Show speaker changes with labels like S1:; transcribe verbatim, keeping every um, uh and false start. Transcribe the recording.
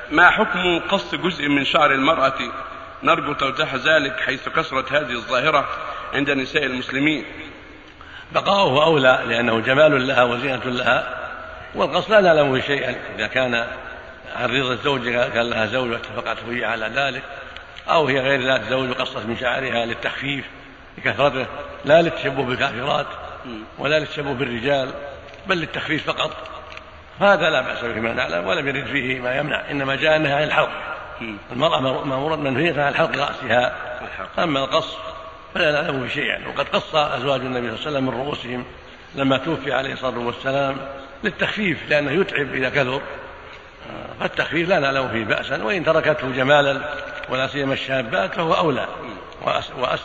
S1: ما حكم قص جزء من شعر المرأة؟ نرجو توضيح ذلك حيث كثرت هذه الظاهرة عند نساء المسلمين.
S2: بقاؤه أولى لأنه جمال لها وزينة لها، والقص لا نعلم شيئا إذا كان عن رضا الزوج كان لها زوج واتفقت هي على ذلك، أو هي غير ذات زوج وقصت من شعرها للتخفيف لكثرته، لا للتشبه بالكافرات ولا للتشبه بالرجال، بل للتخفيف فقط، هذا لا بأس به ما نعلم ولم يرد فيه ما يمنع، إنما جاء أنها عن الحلق. المرأة مأمورة منهية عن حلق رأسها، أما القص فلا نعلم به شيئا. وقد قص أزواج النبي صلى الله عليه وسلم من رؤوسهم لما توفي عليه الصلاة والسلام للتخفيف، لأنه يتعب إذا كثر، فالتخفيف لا نعلم فيه بأسا، وإن تركته جمالا ولا سيما الشابات فهو أولى وأسلم.